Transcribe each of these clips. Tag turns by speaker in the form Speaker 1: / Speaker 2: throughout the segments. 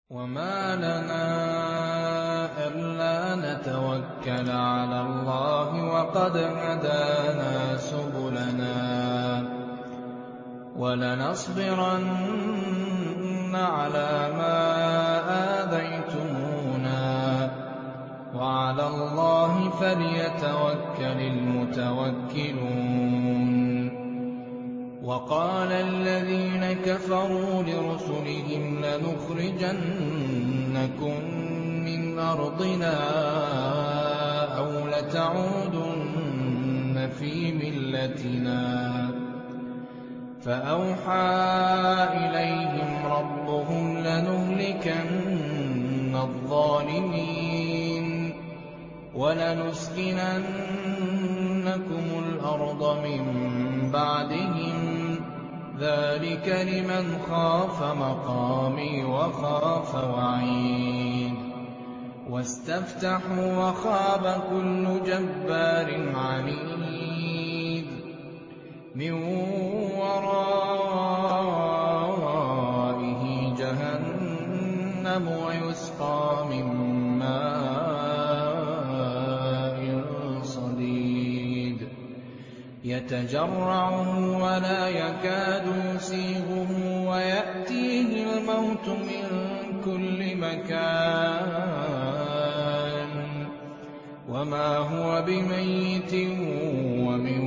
Speaker 1: وَمَا لَنَا أَلَّا نَتَوَكَّلَ عَلَى اللَّهِ وَقَدْ هَدَانَا سُبُلَنَا ۚ وَلَنَصْبِرَنَّ عَلَىٰ مَا آذَيْتُمُونَا ۚ وَعَلَى اللَّهِ فَلْيَتَوَكَّلِ الْمُتَوَكِّلُونَ. وَقَالَ الَّذِينَ كَفَرُوا لِرُسُلِهِمْ لَنُخْرِجَنَّكُم مِّنْ أَرْضِنَا أَوْ لَتَعُودُنَّ فِي مِلَّتِنَا ۖ فَأَوْحَىٰ إِلَيْهِمْ رَبُّهُمْ لَنُهْلِكَنَّ الظَّالِمِينَ وَلَنُسْكِنَنَّكُمُ الْأَرْضَ مِن بَعْدِهِمْ ۚ ذَٰلِكَ لِمَنْ خَافَ مَقَامِي وَخَافَ وَعِيدِ. وَاسْتَفْتَحُوا وَخَابَ كُلُّ جَبَّارٍ عَنِيدٍ. مِّن وَرَائِهِ جَهَنَّمُ وَيُسْقَىٰ مِن مَّاءٍ صَدِيدٍ يَتَجَرَّعُهُ وَلَا يَكَادُ يُسِيغُهُ وَيَأْتِيهِ الْمَوْتُ مِن كُلِّ مَكَانٍ وَمَا هُوَ بِمَيِّتٍ وَمِن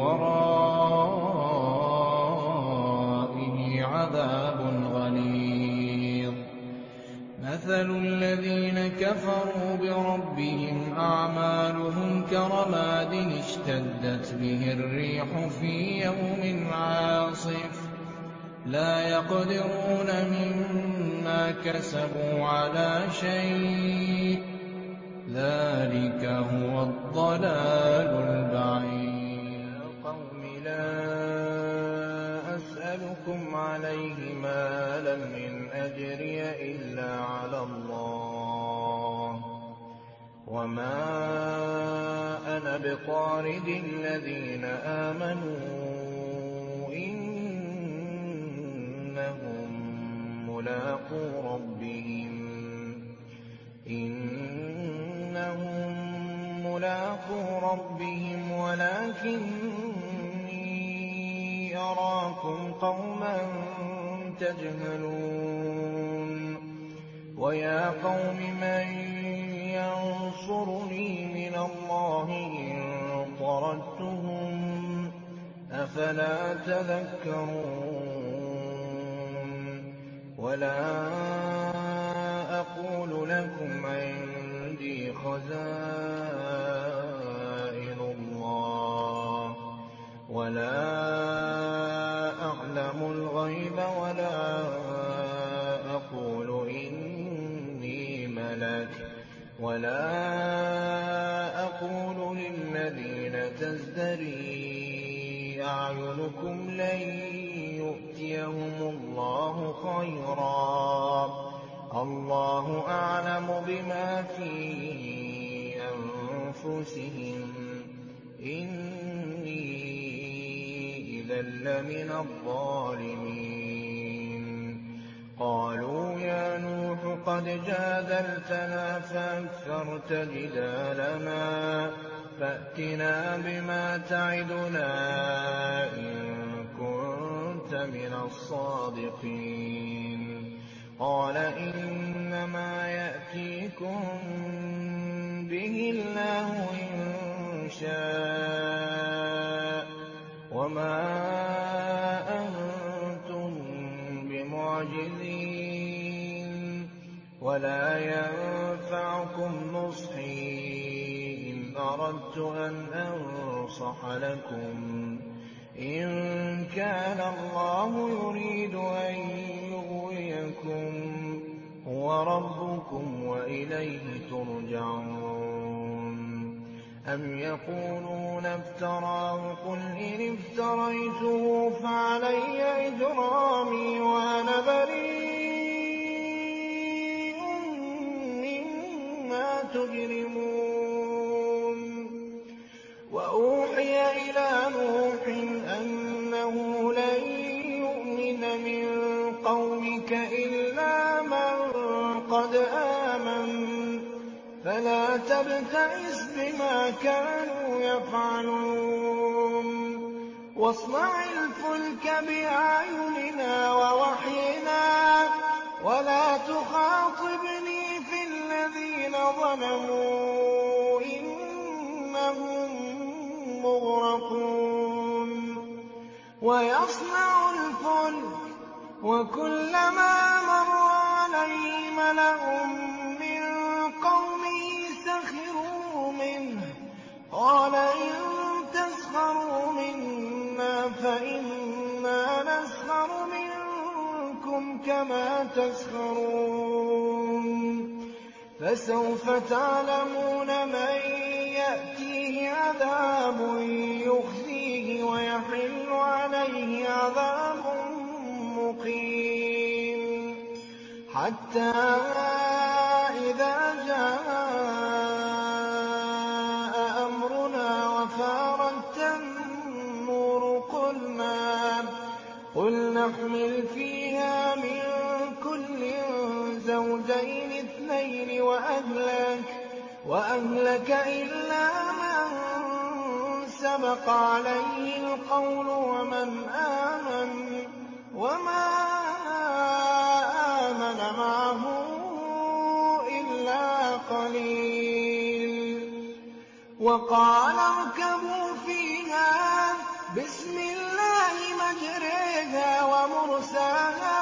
Speaker 1: وَرَائِهِ عَذَابٌ غَلِيظٌ. مَّثَلُ الَّذِينَ كَفَرُوا بِرَبِّهِمْ أَعْمَالُهُمْ كَرَمَادٍ اشْتَدَّتْ بِهِ الرِّيحُ فِي يَوْمٍ عَاصِفٍ ۖ لَّا يَقْدِرُونَ مِمَّا كَسَبُوا عَلَىٰ شَيْءٍ ۚ ذَٰلِكَ هُوَ الضَّلَالُ الْبَعِيدُ. يَا قَوْمِ لَا أَسْأَلُكُمْ عَلَيْهِ مَالًا ۖ إِنْ أَجْرِيَ إِلَّا عَلَى اللَّهِ ۚ وَمَا أَنَا بِطَارِدِ الَّذِينَ آمَنُوا ۚ إِنَّهُم مُّلَاقُو رَبِّهِمْ وَلَٰكِنِّي أَرَاكُمْ قَوْمًا تَجْهَلُونَ. وَيَا قَوْمِ مَن يَنصُرُنِي مِنَ اللَّهِ إِن طَرَدتُّهُمْ ۚ أَفَلَا تَذَكَّرُونَ. وَلَا أَقُولُ لَكُمْ عِندِي خَزَائِنُ اللَّهِ وَلَا أَعْلَمُ الْغَيْبَ وَلَا أَقُولُ إِنِّي مَلَكٌ وَلَا أَقُولُ لِلَّذِينَ تَزْدَرِي أَعْيُنُكُمْ لَن يُؤْتِيَهُمُ اللَّهُ خَيْرًا ۖ اللَّهُ أَعْلَمُ بِمَا فِي أَنفُسِهِمْ ۖ إِنِّي إِذًا لَّمِنَ الظَّالِمِينَ. قَالُوا يَا نُوحُ قَدْ جَادَلْتَنَا فَأَكْثَرْتَ جِدَالَنَا فَأْتِنَا بِمَا تَعِدُنَا إِن كُنتَ مِنَ الصَّادِقِينَ. قَالَ إِنَّمَا يَأْتِيكُم بِهِ اللَّهُ إِن شَاءَ ۖ وَمَا أَنتُم بِمُعْجِزِينَ. وَلَا يَنفَعُكُمْ نُصْحِي إِنْ أَرَدتُّ أَنْ أَنصَحَ لَكُمْ إِن كَانَ اللَّهُ يُرِيدُ أَن يُغْوِيَكُمْ هُوَ رَبُّكُمْ وَإِلَيْهِ تُرْجَعُونَ. أَمْ يَقُولُونَ افْتَرَاهُ ۖ قُلْ إِنِ افْتَرَيْتُهُ فَعَلَيَّ إِجْرَامِي وَأَنَا بَرِيءٌ مِّمَّا تُجْرِمُونَ. وَأُوحِيَ إِلَىٰ نُوحٍ أَنَّهُ لَن يُؤْمِنَ مِن قَوْمِكَ إِلَّا مَن قد آمن فلا تبتئس بما كانوا يفعلون واصنع الفلك بأعيننا ووحينا ولا تخاطبني في الذين ظلموا إنهم مغرقون ويصنع الفلك وكلما مر عليه ملأ من قومه سخروا منه قال إن تسخروا منا فإنا نسخر منكم كما تسخرون فسوف تعلمون من يأتيه عذاب يخزيه ويحل عليه عذاب مقيم حتى إذا جاء أمرنا وفارت النور قل نحمل فيها من كل زوجين اثنين وأهلك إلا من سبق عليه القول وما آمن معه إلا قليل وقال اركبوا فيها بسم الله مجريها ومرساها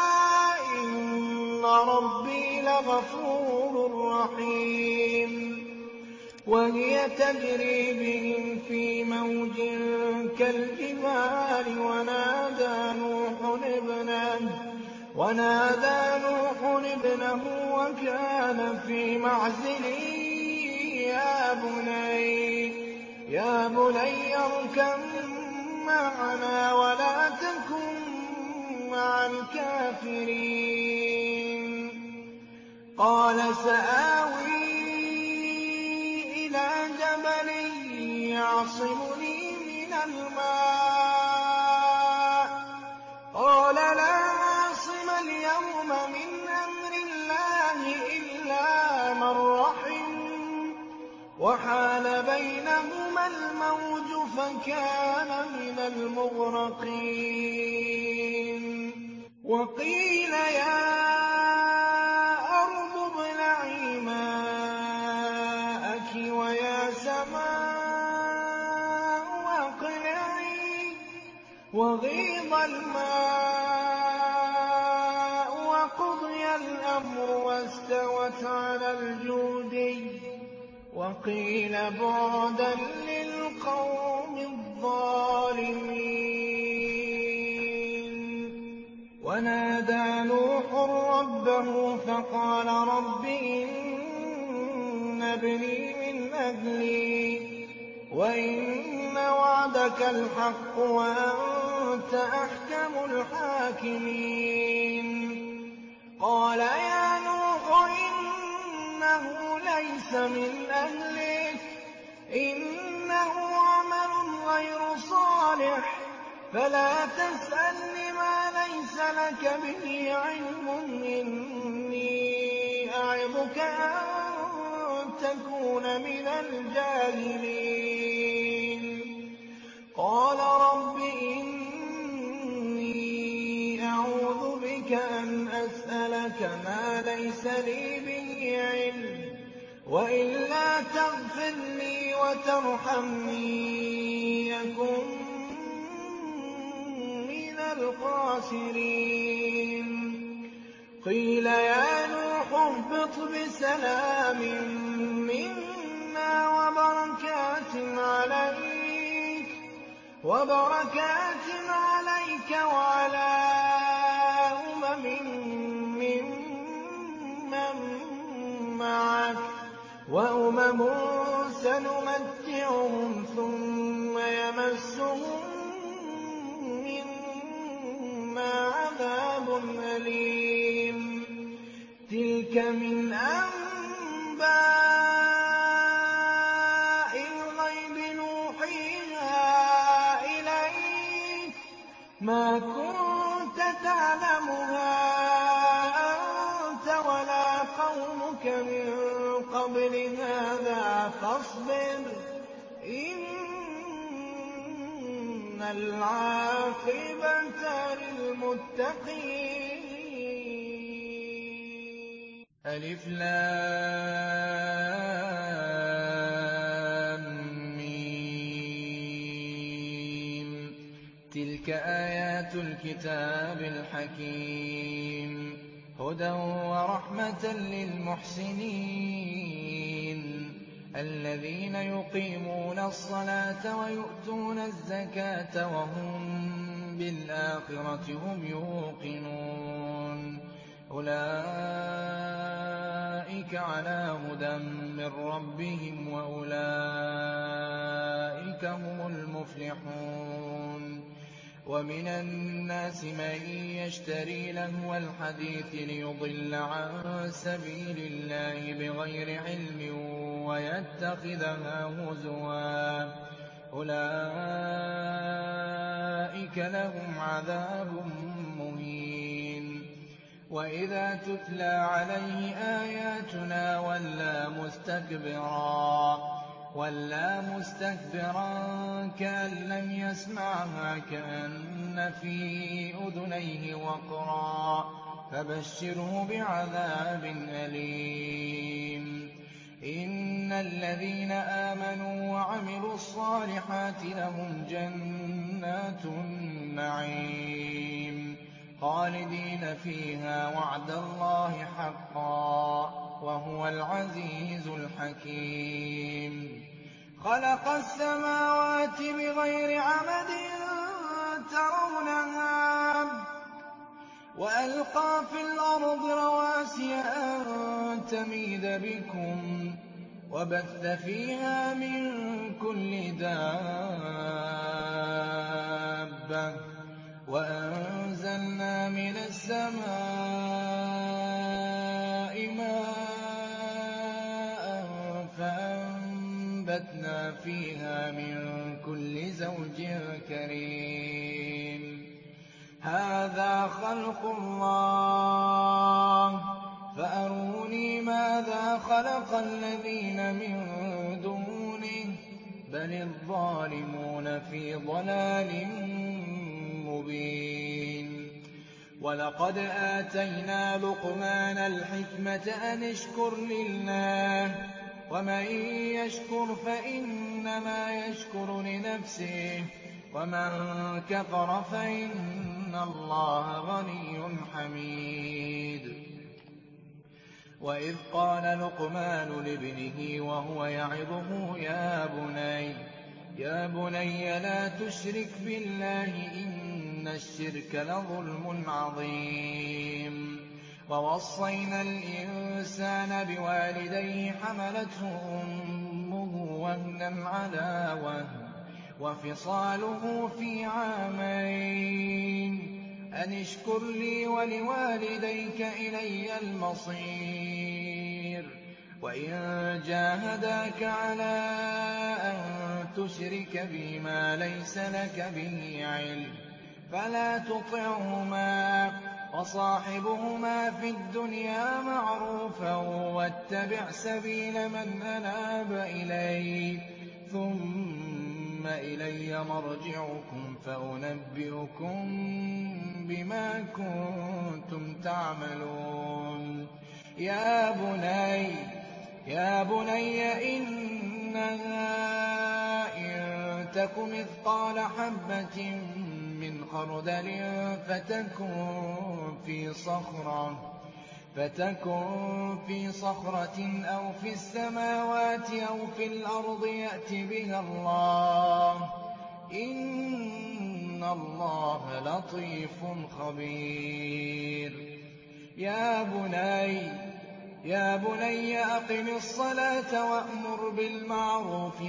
Speaker 1: إن ربي لغفور رحيم وهي تجري بهم في موج كالجبال ونادى نوح ابنه وكان في معزل يا بني اركب معنا ولا تكن مع الكافرين قال سآوي إلى جبل يعصمني من الماء قال لا عاصم اليوم من أمر الله إلا من رحم وحال بينهما الموج فكان من المغرقين وقيل يا أرض ابلعي ماءك ويا سماء أقلعي وغيض الماء وقضي الأمر واستوت على الجودي وقيل بعدا للقوم الظالمين ونادى نوح ربه فقال رب إن ابني من أهلي وإن وعدك الحق وأنت أحكم الحاكمين قال يا نوح إنه ليس من أهلك إنه عمل غير صالح فلا تسألني ما ليس لك به علم إني أعظك أن تكون من الجاهلين قال رب إني أعوذ بك أن أسألك ما ليس لي به علم وإلا تغفر لي وترحمني أكن من الخاسرين قيل يا نوح اهبط بسلام منا وبركات عليك وعلى ممن معك وأمم سنمتعهم ثم يمسهم منا عذاب أليم تلك من أنباء الغيب نوحيها إليك ما كنت تعلمها أنت ولا جاءوك من قبل هذا فاصبر إن العاقبة للمتقين.
Speaker 2: ألف لام ميم. تلك آيات الكتاب الحكيم هدى ورحمة للمحسنين الذين يقيمون الصلاة ويؤتون الزكاة وهم بالآخرة هم يوقنون أولئك على هدى من ربهم وأولئك هم المفلحون ومن الناس من يشتري لهو الحديث ليضل عن سبيل الله بغير علم ويتخذها هزوا أولئك لهم عذاب مهين وإذا تتلى عليه آياتنا وَلَّى مُسْتَكْبِرًا كَأَن لَّمْ يَسْمَعْهَا كَأَنَّ فِي أُذُنَيْهِ وَقْرًا فَبَشِّرْهُ بِعَذَابٍ أَلِيمٍ إِنَّ الَّذِينَ آمَنُوا وَعَمِلُوا الصَّالِحَاتِ لَهُمْ جَنَّاتُ النَّعِيمِ خَالِدِينَ فِيهَا وَعْدَ اللَّهِ حَقًّا وَهُوَ الْعَزِيزُ الْحَكِيمُ
Speaker 1: خَلَقَ السَّمَاوَاتِ بِغَيْرِ عَمَدٍ تَرَوْنَهَا وَأَلْقَىٰ فِي الْأَرْضِ رَوَاسِيَ أَن تَمِيدَ بِكُمْ وَبَثَّ فِيهَا مِن كُلِّ دَابَّةٍ وَأَنزَلْنَا مِنَ السَّمَاءِ مَاءً فَأَنبَتْنَا فِيهَا مِن كُلِّ زَوْجٍ كَرِيمٍ هَٰذَا خَلْقُ اللَّهِ فَأَرُونِي مَاذَا خَلَقَ الَّذِينَ مِن دُونِهِ بَلِ الظَّالِمُونَ فِي ضَلَالٍ مُّبِينٍ وَلَقَدْ آتَيْنَا لُقْمَانَ الْحِكْمَةَ أَنِ اشْكُرْ لِلَّهِ ۚ وَمَن يَشْكُرْ فَإِنَّمَا يَشْكُرُ لِنَفْسِهِ ۖ وَمَن كَفَرَ فَإِنَّ اللَّهَ غَنِيٌّ حَمِيدٌ وَإِذْ قَالَ لُقْمَانُ لِابْنِهِ وَهُوَ يَعِظُهُ يَا بُنَيَّ لَا تُشْرِكْ بِاللَّهِ ۖ إِنَّ الشِّرْكَ لَظُلْمٌ عَظِيمٌ وَوَصَّيْنَا الْإِنسَانَ بِوَالِدَيْهِ حَمَلَتْهُ أُمُّهُ وَهْنًا عَلَىٰ وَهْنٍ وَفِصَالُهُ فِي عَامَيْنِ أَنِ اشْكُرْ لِي وَلِوَالِدَيْكَ إِلَيَّ الْمَصِيرُ وَإِن جَاهَدَاكَ عَلَىٰ أَن تُشْرِكَ بِي مَا لَيْسَ لَكَ بِهِ عِلْمٌ فَلَا تُطِعْهُمَا وَصَاحِبْهُمَا فِي الدُّنْيَا مَعْرُوفًا وَاتَّبِعْ سَبِيلَ مَنْ أَنَابَ إِلَيَّ ثُمَّ إِلَيَّ مَرْجِعُكُمْ فَأُنَبِّئُكُم بِمَا كُنتُمْ تَعْمَلُونَ يَا بُنَيَّ إِنَّهَا إِن تَكُ مِثْقَالَ حَبَّةٍ مِّنْ خَرْدَلٍ فَتَكُن فِي صَخْرَةٍ أَوْ فِي السَّمَاوَاتِ أَوْ فِي الْأَرْضِ يَأْتِ بِهَا اللَّهُ ۚ إِنَّ اللَّهَ لَطِيفٌ خَبِيرٌ يَا بُنَيَّ أَقِمِ الصَّلَاةَ وَأْمُرْ بِالْمَعْرُوفِ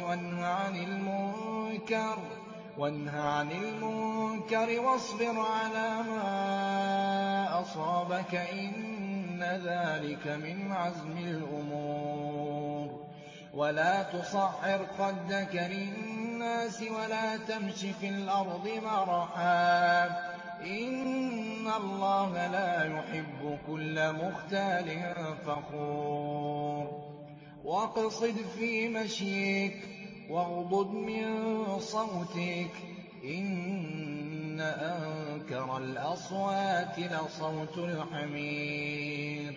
Speaker 1: وَانْهَ عَنِ الْمُنكَرِ وَاصْبِرْ عَلَىٰ مَا أَصَابَكَ ۖ إِنَّ ذَٰلِكَ مِنْ عَزْمِ الْأُمُورِ وَلَا تُصَعِّرْ خَدَّكَ لِلنَّاسِ وَلَا تَمْشِ فِي الْأَرْضِ مَرَحًا ۖ إِنَّ
Speaker 2: اللَّهَ لَا يُحِبُّ كُلَّ مُخْتَالٍ فَخُورٍ وَاقْصِدْ فِي مَشْيِكَ وَاغْضُضْ مِن صَوْتِكَ ۚ إِنَّ أَنكَرَ الْأَصْوَاتِ لَصَوْتُ الْحَمِيرِ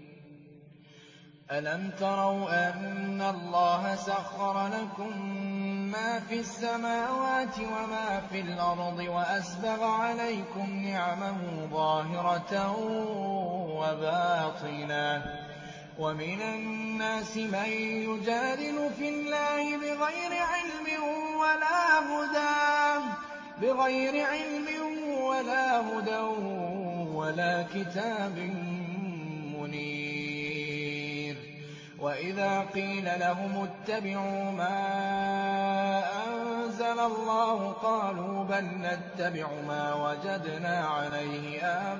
Speaker 2: أَلَمْ تَرَوْا أَنَّ اللَّهَ سَخَّرَ لَكُم مَّا فِي السَّمَاوَاتِ وَمَا فِي الْأَرْضِ وَأَسْبَغَ عَلَيْكُمْ نِعَمَهُ ظَاهِرَةً وَبَاطِنَةً ۗ وَمِنَ النَّاسِ مَن يُجَادِلُ فِي اللَّهِ بِغَيْرِ عِلْمٍ وَلَا هُدًى وَلَا كِتَابٍ مُّنِيرٍ وَإِذَا قِيلَ لَهُمُ اتَّبِعُوا مَا أَنزَلَ اللَّهُ قَالُوا بَلْ نَتَّبِعُ مَا وَجَدْنَا عَلَيْهِ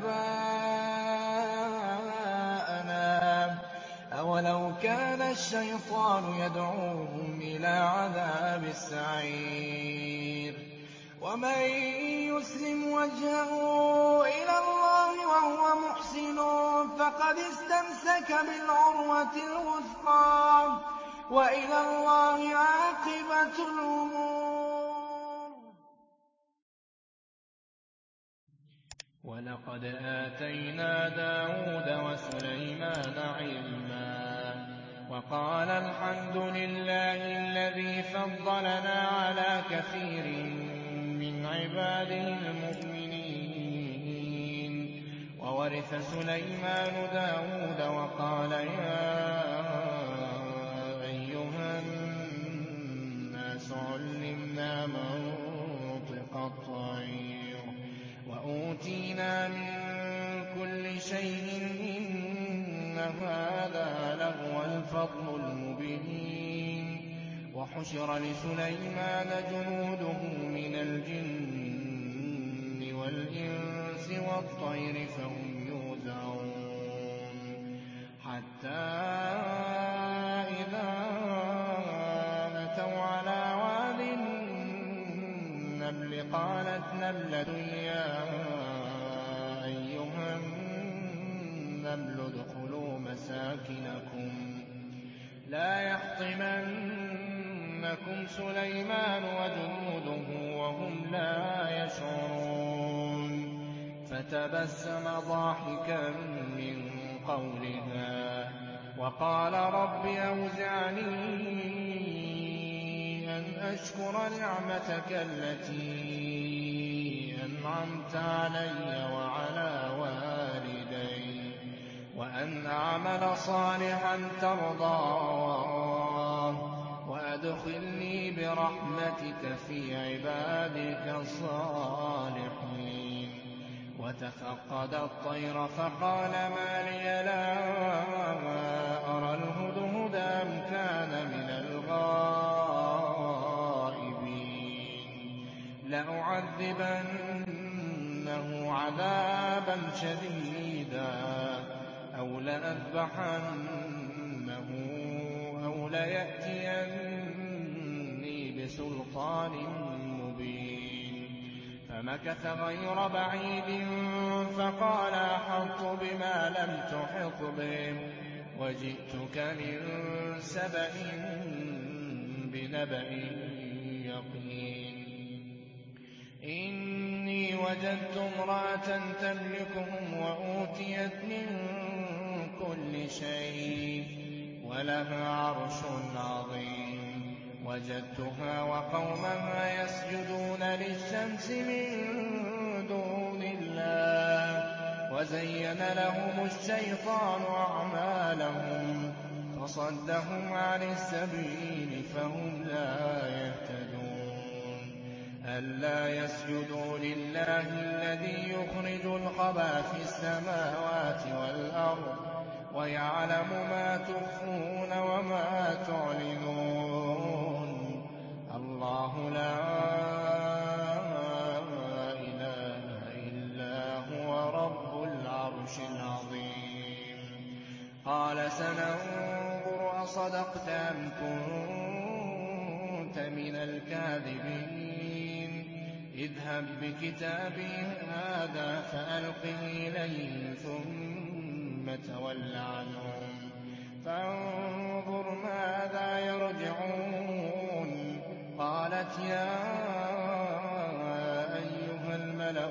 Speaker 2: آبَاءَنَا ۚ أَوَلَوْ كَانَ الشَّيْطَانُ يَدْعُوهُمْ إِلَىٰ عَذَابِ السَّعِيرِ وَمَن يُسْلِمْ وَجْهَهُ إِلَى اللَّهِ وَهُوَ مُحْسِنٌ فَقَدِ اسْتَمْسَكَ بِالْعُرْوَةِ الْوُثْقَىٰ ۗ وَإِلَى اللَّهِ عَاقِبَةُ الْأُمُورِ وَلَقَدْ آتَيْنَا دَاوُودَ وَسُلَيْمَانَ عِلْمًا ۖ وَقَالَا الْحَمْدُ لِلَّهِ الَّذِي فَضَّلَنَا عَلَىٰ كَثِيرٍ مِّنْ عِبَادِهِ الْمُؤْمِنِينَ وَوَرِثَ سُلَيْمَانُ دَاوُودَ وَقَالَ يَا أَيُّهَا النَّاسُ عُلِّمْنَا مَنطِقَ الطَّيْرِ وَأُوتِينَا مِن كُلِّ شَيْءٍ إِنَّ هَٰذَا لَهُوَ الْفَضْلُ الْمُبِينُ وَحُشِرَ لِسُلَيْمَانَ جُنُودُهُ مِنَ الْجِنِّ وَالْإِنسِ وَالطَّيْرِ فَهُمْ يُوزَعُونَ حَتَّىٰ إِذَا أَتَوْا عَلَىٰ وَادِ النَّمْلِ قَالَتْ نَمْلَةٌ يَا أَيُّهَا النَّمْلُ ادْخُلُوا مَسَاكِنَكُمْ لَا يَحْطِمَنَّكُمْ سُلَيْمَانُ وَجُنُودُهُ وَهُمْ لَا يَشْعُرُونَ فَتَبَسَّمَ ضَاحِكًا مِّن قَوْلِهَا وَقَالَ رَبِّ أَوْزِعْنِي أَنْ أَشْكُرَ نِعْمَتَكَ الَّتِي أَنْعَمْتَ عَلَيَّ وَعَلَىٰ وَالِدَيَّ وَأَنْ أَعْمَلَ صَالِحًا تَرْضَاهُ وَأَدْخِلْنِي بِرَحْمَتِكَ فِي عِبَادِكَ الصَّالِحِينَ وَتَفَقَّدَ الطَّيْرَ فَقَالَ مَا لِيَ لَا أَرَى الْهُدْهُدَ أَمْ كَانَ مِنَ الْغَائِبِينَ لَأُعَذِّبَنَّهُ عَذَابًا شَدِيدًا أَوْ لَأَذْبَحَنَّهُ أَوْ لَيَأْتِيَنِّي بِسُلْطَانٍ مُّبِينٍ فَمَكَثَ غَيْرَ بَعِيدٍ فَقَالَ أَحَطتُ بِمَا لَمْ تُحِطْ بِهِ وَجِئْتُكَ مِن سَبَإٍ بِنَبَإٍ يَقِينٍ إِنِّي وَجَدتُّ امْرَأَةً تَمْلِكُهُمْ وَأُوتِيَتْ مِن كُلِّ شَيْءٍ وَلَهَا عَرْشٌ عَظِيمٌ وَجَدتُّهَا وَقَوْمَهَا يَسْجُدُونَ لِلشَّمْسِ مِن دُونِ اللَّهِ وَزَيَّنَ لَهُمُ الشَّيْطَانُ أَعْمَالَهُمْ فَصَدَّهُمْ عَنِ السَّبِيلِ فَهُمْ لَا يَهْتَدُونَ أَلَّا يَسْجُدُوا لِلَّهِ الَّذِي يُخْرِجُ الْخَبَىٰ فِي السَّمَاوَاتِ وَالْأَرْضِ وَيَعْلَمُ مَا تُخْفُونَ وَمَا تُعْلِنُونَ اللَّهُ لَا إِلَٰهَ إِلَّا هُوَ رَبُّ الْعَرْشِ الْعَظِيمِ قَالَ سَنَنظُرُ أَصَدَقْتَ أَمْ كُنتَ مِنَ الْكَاذِبِينَ اذهب بكتابي هذا فألقه إليهم ثم تول عنهم فانظر ماذا يرجعون. قالت يا أيها الملأ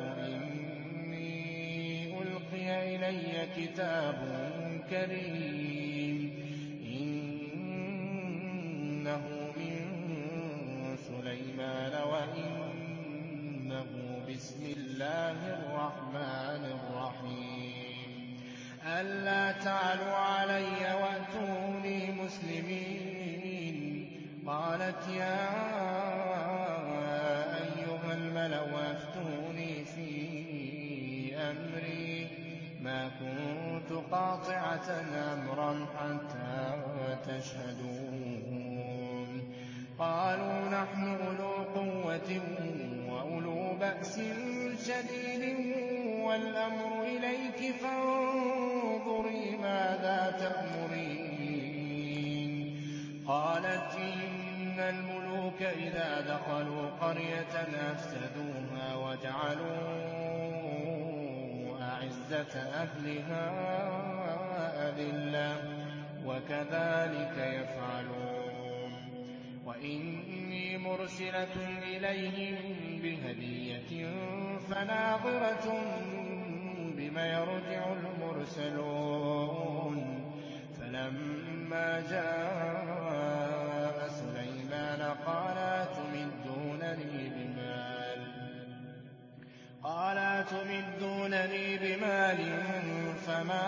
Speaker 2: إني ألقي إلي كتاب كريم إنه من سليمان وإنه بسم الله الرحمن الرحيم ألا تعلوا علي وأتوني مسلمين. قالت يا أيها الملأ أفتوني في أمري ما كنت قاطعة أمرا حتى تشهدون. قالوا نحن أولو قوة وأولو بأس شديد والأمر إليك فانظري ماذا تأمرين. قالت إن الملوك إذا دخلوا قرية أفسدوها وجعلوا أعزة أهلها أذلة وكذلك يفعلون. وإني مرسلة إليهم بهدية فناظرة بما يرجع المرسلون. فلما جاء سليمان قال أتمدونني بمال فما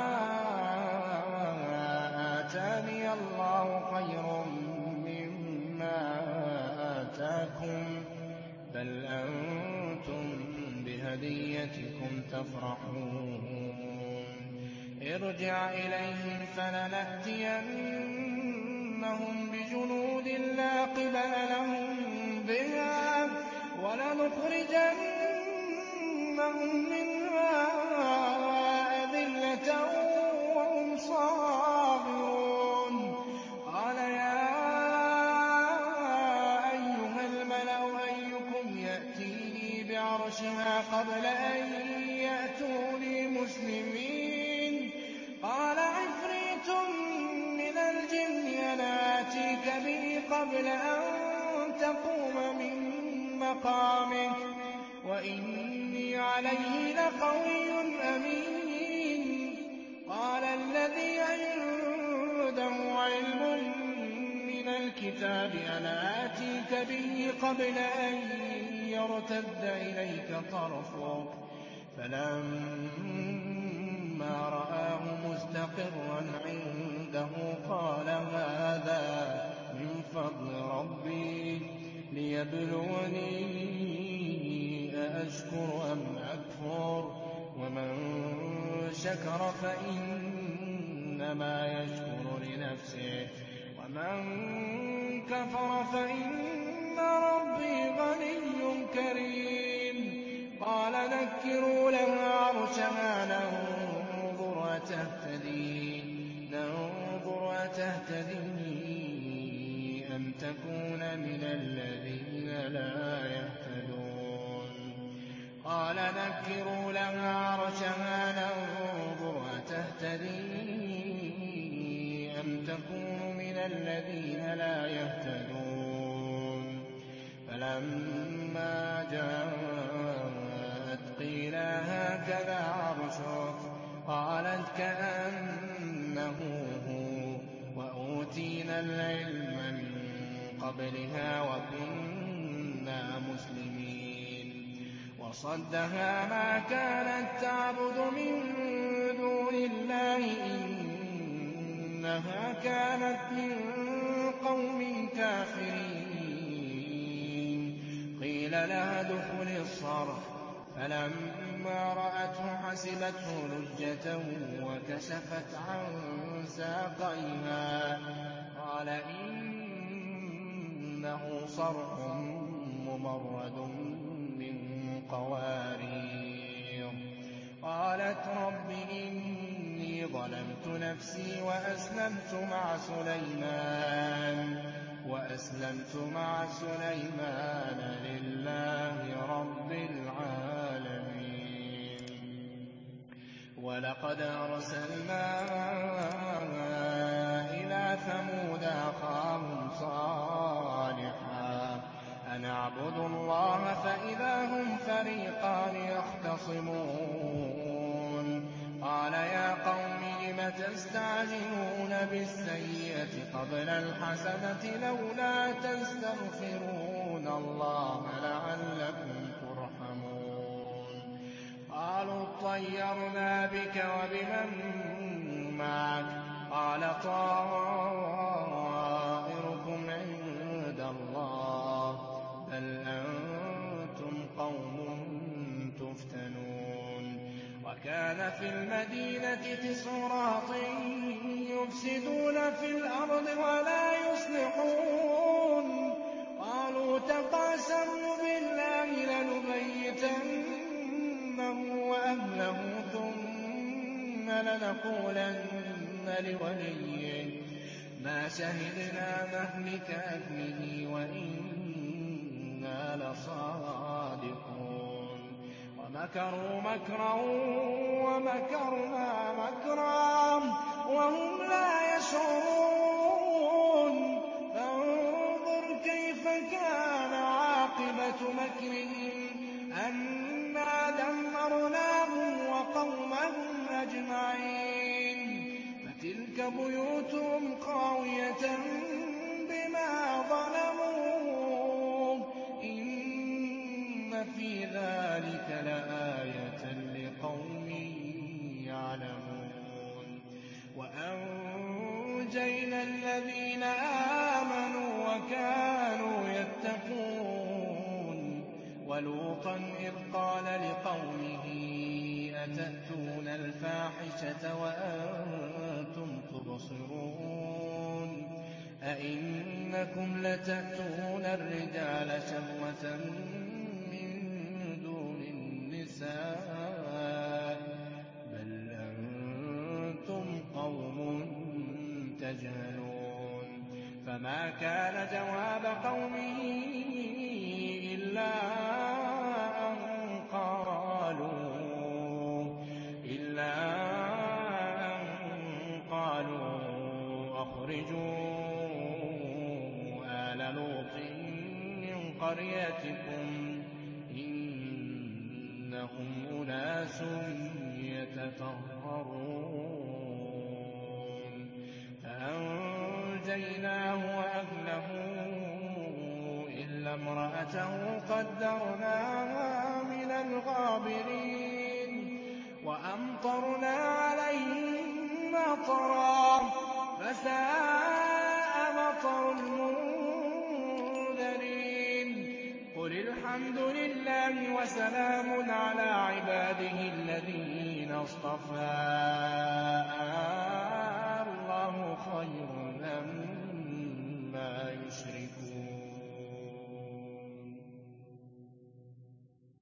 Speaker 2: آتاني الله خير مما آتاكم بل أنتم بهديتكم تفرحون. ارجع إليهم فلنأتينهم بجنود لا قبل لهم بها ولنخرجنهم منها أذلة وهم صاغرون. قال يا أيها الملأ أيكم يأتيني بعرشها قبل أن يأتوني مسلمين. قال عفريت من الجن أنا آتيك به قبل أن تقوم من مقامك وإني عليه لقوي أمين. قال الذي عنده علم من الكتاب أنا آتيك به قبل أن يرتد إليك طرفك فلما رآه مستقرا عنده قال هذا من فضل ربي ليبلوني أأشكر أم أكفر ومن شكر فإنما يشكر لنفسه ومن كفر فإن ربي غني كريم. قال نكروا لها عرشها ننظر أتهتدي أم تكون من الذين لا يهتدون. قال نكروا لها عرشها ننظر أتهتدي أم تكون من الذين لا يهتدون. فلما جاءت قيل هكذا عرشك قالت كأنه هو وأوتينا العلم من قبلها وكنا مسلمين. وصدها ما كانت تعبد من دون الله إنها كانت من قوم كافرين. قيل لها ادخل الصرح فلما رأته حسبته لجة وكشفت عن ساقيها قال إنه صرح ممرد من قوارير. قالت رب إني ظلمت نفسي وأسلمت مع سليمان وأسلمت مع سليمان لله رب العالمين. ولقد أرسلنا إلى ثمود أخاهم صالحا أن اعبدوا الله فإذا هم فريقان يختصمون. قال يا قوم لم تستعجلون بالسيئة قبل الحسنة لولا تستغفرون الله لعلكم ترحمون. قالوا اطيرنا بك وبمن معك قال طائركم عند الله بل أنتم قوم تفتنون. وكان في المدينة 9 رهط يفسدون في الأرض ولا يصلحون. قالوا تقاسموا بالله لنبيتنه وأهله ثم لنقولن لوليه ما شهدنا مهلك أهله وإنا لصادقون. ومكروا مكرا ومكرنا مكرا وهم لا يشعرون. فانظر كيف كان عاقبة مكرهم أنا دمرناهم وقومهم أجمعين. فتلك بيوتهم خاوية بما ظلموا إن في ذلك لآية لقوم يعلمون. وأنجينا الذين آمنوا وكانوا يتقون. ولوطا إذ قال لقومه أتأتون الفاحشة وأنتم تبصرون أئنكم لتأتون الرجال شهوة من دون النساء بل أنتم قوم تجهلون. فما كان جواب قومه إلا أن قالوا أخرجوا آل لوط من قريتكم إنهم أناس يتطهرون. فأنجيناه وأهله إلا امرأته قدرناها من الغابرين. وأمطرنا عليهم مطرا فساء مطر المنذرين. قل الحمد لله وسلام على عباده الذين اصطفى